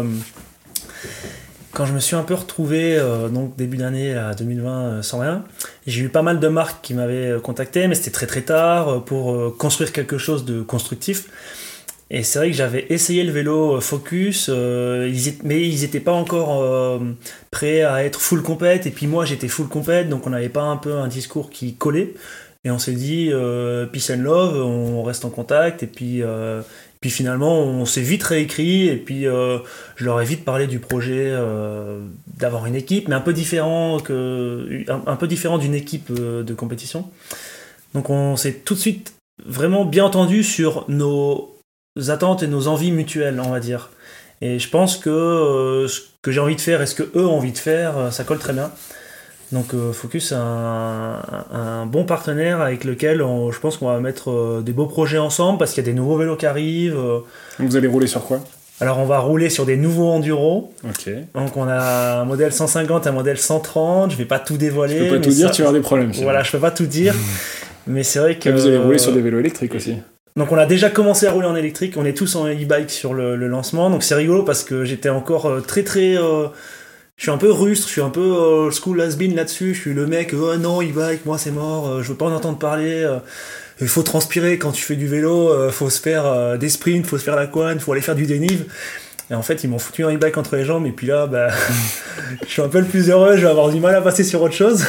quand je me suis un peu retrouvé, euh, donc début d'année là, deux mille vingt, euh, sans rien, j'ai eu pas mal de marques qui m'avaient contacté, mais c'était très très tard, pour euh, construire quelque chose de constructif. Et c'est vrai que j'avais essayé le vélo Focus, euh, ils étaient, mais ils n'étaient pas encore euh, prêts à être full compète, et puis moi j'étais full compète, donc on n'avait pas un peu un discours qui collait. Et on s'est dit, euh, peace and love, on reste en contact, et puis, euh, Puis finalement, on s'est vite réécrit, et puis euh, je leur ai vite parlé du projet euh, d'avoir une équipe, mais un peu différent, que, un, un peu différent d'une équipe euh, de compétition. Donc on s'est tout de suite vraiment bien entendu sur nos attentes et nos envies mutuelles, on va dire. Et je pense que euh, ce que j'ai envie de faire et ce que eux ont envie de faire, euh, ça colle très bien. Donc euh, Focus a un, un bon partenaire avec lequel on, je pense qu'on va mettre euh, des beaux projets ensemble, parce qu'il y a des nouveaux vélos qui arrivent. Euh. Vous allez rouler sur quoi ? Alors on va rouler sur des nouveaux Enduro. Ok. Donc on a un modèle cent cinquante, un modèle cent trente. Je vais pas tout dévoiler. Je peux pas tout dire, ça, tu vas avoir des problèmes. Voilà, je peux pas tout dire. Mais c'est vrai que... Et vous allez rouler sur des vélos électriques aussi. Donc on a déjà commencé à rouler en électrique. On est tous en e-bike sur le, le lancement. Donc c'est rigolo parce que j'étais encore euh, très très... Euh, je suis un peu rustre, je suis un peu old school has-been là-dessus. Je suis le mec, oh non, e-bike, moi c'est mort, euh, je veux pas en entendre parler. Euh, il faut transpirer quand tu fais du vélo, euh, faut se faire euh, des sprints, faut se faire la couane, faut aller faire du dénive. Et en fait, ils m'ont foutu un e-bike entre les jambes, et puis là, bah, je suis un peu le plus heureux, je vais avoir du mal à passer sur autre chose.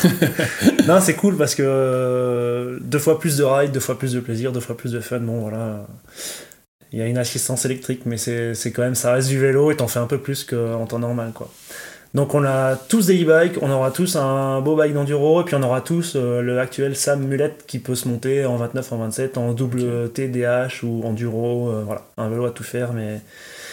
Non, c'est cool parce que euh, deux fois plus de ride, deux fois plus de plaisir, deux fois plus de fun. Bon, voilà. Il y a une assistance électrique, mais c'est, c'est quand même, ça reste du vélo et t'en fais un peu plus qu'en temps normal, quoi. Donc on a tous des e-bikes, on aura tous un beau bike d'enduro, et puis on aura tous euh, le actuel Sam Mullet qui peut se monter en vingt-neuf, en vingt-sept, en double T D H ou enduro, euh, voilà, un vélo à tout faire, mais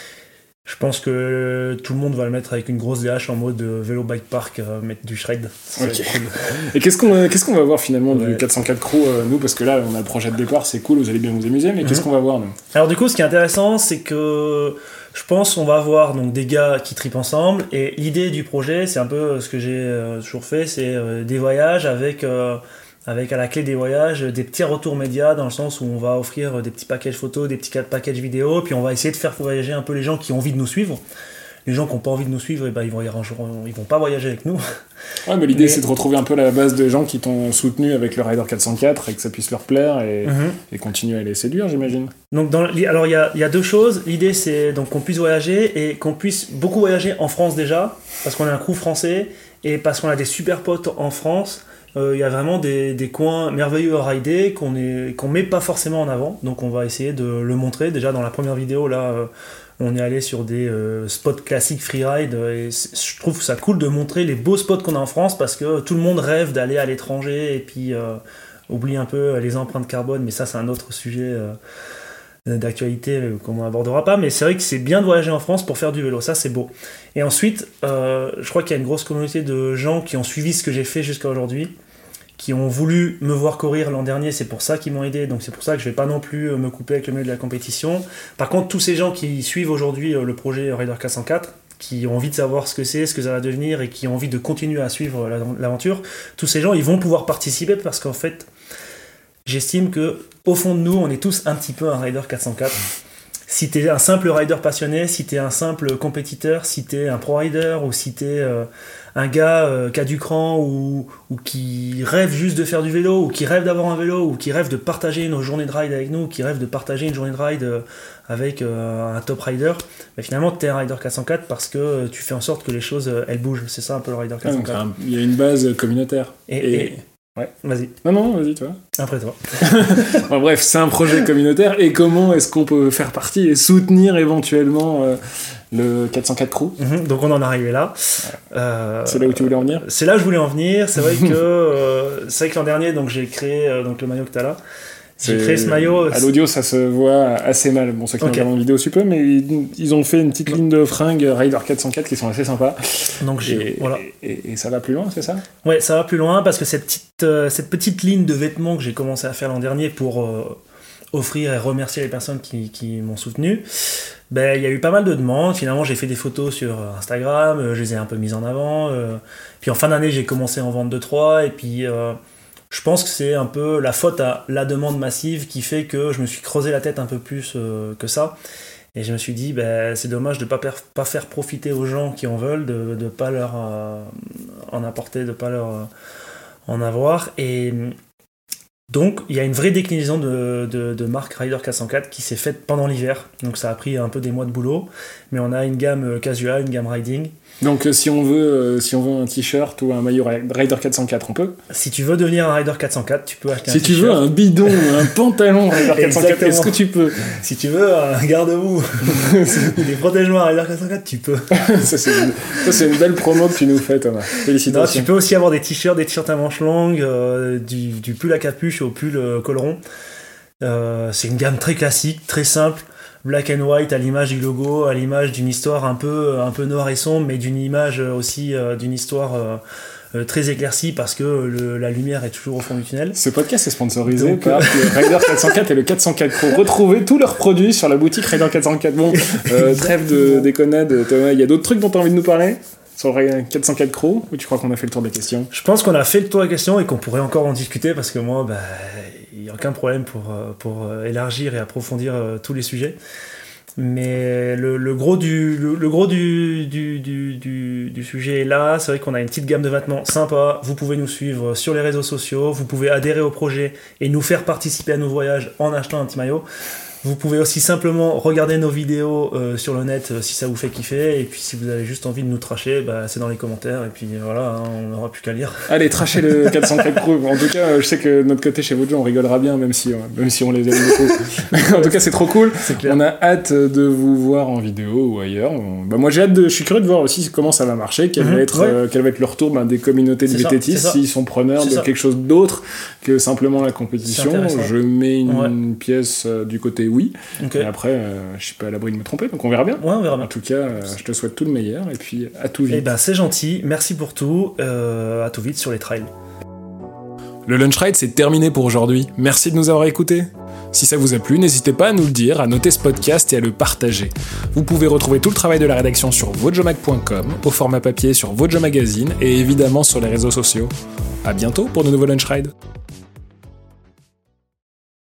je pense que tout le monde va le mettre avec une grosse D H en mode vélo bike park, euh, mettre du shred. Okay. Cool. Et qu'est-ce qu'on, qu'est-ce qu'on va voir finalement ouais. du quatre cent quatre Crew, euh, nous, parce que là on a le projet de départ, c'est cool, vous allez bien vous amuser, mais mm-hmm. qu'est-ce qu'on va voir nous ? Alors du coup, ce qui est intéressant, c'est que je pense qu'on va avoir donc des gars qui tripent ensemble, et l'idée du projet, c'est un peu ce que j'ai euh, toujours fait, c'est euh, des voyages avec, euh, avec à la clé des voyages des petits retours médias, dans le sens où on va offrir des petits packages photos, des petits packages vidéo, puis on va essayer de faire voyager un peu les gens qui ont envie de nous suivre. Les gens qui n'ont pas envie de nous suivre, eh ben, ils vont ils vont pas voyager avec nous. Ouais, mais l'idée mais... c'est de retrouver un peu la base de gens qui t'ont soutenu avec le Rider quatre cent quatre et que ça puisse leur plaire et, mm-hmm. et continuer à les séduire, j'imagine. Donc dans, alors il y a, y a deux choses. L'idée c'est donc qu'on puisse voyager et qu'on puisse beaucoup voyager en France déjà, parce qu'on a un crew français et parce qu'on a des super potes en France. Il euh, y a vraiment des, des coins merveilleux à rider qu'on est, qu'on met pas forcément en avant. Donc on va essayer de le montrer. Déjà dans la première vidéo là. Euh, On est allé sur des euh, spots classiques freeride et je trouve ça cool de montrer les beaux spots qu'on a en France, parce que tout le monde rêve d'aller à l'étranger et puis euh, oublie un peu les empreintes carbone, mais ça c'est un autre sujet euh, d'actualité qu'on n'abordera pas, mais c'est vrai que c'est bien de voyager en France pour faire du vélo, ça c'est beau. Et ensuite, euh, je crois qu'il y a une grosse communauté de gens qui ont suivi ce que j'ai fait jusqu'à aujourd'hui, qui ont voulu me voir courir l'an dernier, c'est pour ça qu'ils m'ont aidé, donc c'est pour ça que je vais pas non plus me couper avec le milieu de la compétition. Par contre, tous ces gens qui suivent aujourd'hui le projet Rider quatre cent quatre, qui ont envie de savoir ce que c'est, ce que ça va devenir, et qui ont envie de continuer à suivre l'aventure, tous ces gens, ils vont pouvoir participer, parce qu'en fait, j'estime que au fond de nous, on est tous un petit peu un Rider quatre cent quatre. Si t'es un simple rider passionné, si t'es un simple compétiteur, si t'es un pro rider, ou si t'es euh, un gars euh, qui a du cran, ou, ou qui rêve juste de faire du vélo, ou qui rêve d'avoir un vélo, ou qui rêve de partager une journée de ride avec nous, ou qui rêve de partager une journée de ride euh, avec euh, un top rider, bah finalement t'es un Rider quatre cent quatre parce que euh, tu fais en sorte que les choses euh, elles bougent. C'est ça un peu le Rider quatre cent quatre. Il y a une base communautaire. Et... et... et... Ouais, vas-y. Non, non, vas-y, toi. Après toi. Bon, bref, c'est un projet communautaire. Et comment est-ce qu'on peut faire partie et soutenir éventuellement euh, le quatre cent quatre Crew ? Mm-hmm, donc on en est arrivé là. Voilà. Euh, c'est là où tu voulais en venir ? C'est là où je voulais en venir. C'est vrai que, euh, c'est vrai que l'an dernier, donc, j'ai créé euh, donc, le maillot que tu as là. J'ai créé ce maillot. À l'audio, ça se voit assez mal. Bon, ceux qui okay. regardent en vidéo, tu peux, mais ils, ils ont fait une petite ligne de fringues Rider quatre cent quatre qui sont assez sympas. Donc, j'ai, et, voilà. et, et ça va plus loin, c'est ça ? Ouais, ça va plus loin parce que cette petite, euh, cette petite ligne de vêtements que j'ai commencé à faire l'an dernier pour euh, offrir et remercier les personnes qui, qui m'ont soutenu, ben, il y a eu pas mal de demandes. Finalement, j'ai fait des photos sur Instagram, euh, je les ai un peu mises en avant. Euh, puis en fin d'année, j'ai commencé à en vendre deux trois, et puis... Euh, je pense que c'est un peu la faute à la demande massive qui fait que je me suis creusé la tête un peu plus euh, que ça. Et je me suis dit, ben, c'est dommage de ne pas, per- pas faire profiter aux gens qui en veulent, de ne pas leur euh, en apporter, de ne pas leur euh, en avoir. Et Donc il y a une vraie déclinaison de, de, de marque Rider quatre cent quatre qui s'est faite pendant l'hiver, donc ça a pris un peu des mois de boulot, mais on a une gamme casual, une gamme riding. Donc euh, si on veut euh, si on veut un t-shirt ou un maillot Rider quatre cent quatre, on peut. Si tu veux devenir un Rider quatre cent quatre, tu peux acheter si un t-shirt. Si tu veux un bidon, un pantalon Rider quatre cent quatre, est-ce que tu peux? Si tu veux un garde-boue ou des protège-mains Rider quatre cent quatre, tu peux. ça, c'est une, ça c'est une belle promo que tu nous fais, Thomas. Félicitations. Non, tu peux aussi avoir des t-shirts, des t-shirts à manches longues, euh, du, du pull à capuche au pull euh, col rond. Euh, c'est une gamme très classique, très simple. Black and white à l'image du logo, à l'image d'une histoire un peu, un peu noire et sombre, mais d'une image aussi, euh, d'une histoire euh, euh, très éclaircie parce que le, la lumière est toujours au fond du tunnel. Ce podcast est sponsorisé Donc, par le Rider quatre cent quatre et le quatre cent quatre Pro. Retrouvez tous leurs produits sur la boutique Rider quatre cent quatre. Bon, euh, trêve de déconnade, Thomas, il y a d'autres trucs dont tu as envie de nous parler sur le quatre cent quatre Pro, ou tu crois qu'on a fait le tour des questions? Je pense qu'on a fait le tour des questions et qu'on pourrait encore en discuter parce que moi, bah, il n'y a aucun problème pour, pour élargir et approfondir tous les sujets. Mais le, le gros, du, le, le gros du, du, du, du, du sujet est là. C'est vrai qu'on a une petite gamme de vêtements sympa. Vous pouvez nous suivre sur les réseaux sociaux. Vous pouvez adhérer au projet et nous faire participer à nos voyages en achetant un petit maillot. Vous pouvez aussi simplement regarder nos vidéos euh, sur le net euh, si ça vous fait kiffer. Et puis si vous avez juste envie de nous tracher, bah, c'est dans les commentaires. Et puis voilà, hein, on n'aura plus qu'à lire. Allez, trachez le quatre cent quatre Pro. En tout cas, je sais que de notre côté, chez Vojo, on rigolera bien, même si, même si on les aime beaucoup. En tout cas, c'est trop cool. C'est clair. On a hâte de vous voir en vidéo ou ailleurs. Bah, moi, j'ai hâte de, je suis curieux de voir aussi comment ça va marcher, quel, mmh, va, être, ouais. euh, quel va être le retour bah, des communautés de V T T, s'ils sont preneurs c'est de ça. quelque chose d'autre que simplement la compétition. Je mets une ouais. pièce euh, du côté oui. Okay. Après, euh, je suis pas à l'abri de me tromper, donc on verra bien. Ouais, on verra bien. En tout cas, euh, je te souhaite tout le meilleur et puis à tout vite. Eh ben, c'est gentil, merci pour tout. Euh, à tout vite sur les trails. Le Lunch Ride, c'est terminé pour aujourd'hui. Merci de nous avoir écoutés. Si ça vous a plu, n'hésitez pas à nous le dire, à noter ce podcast et à le partager. Vous pouvez retrouver tout le travail de la rédaction sur vojomag point com, au format papier sur Vojo Magazine et évidemment sur les réseaux sociaux. À bientôt pour de nouveaux Lunch Ride.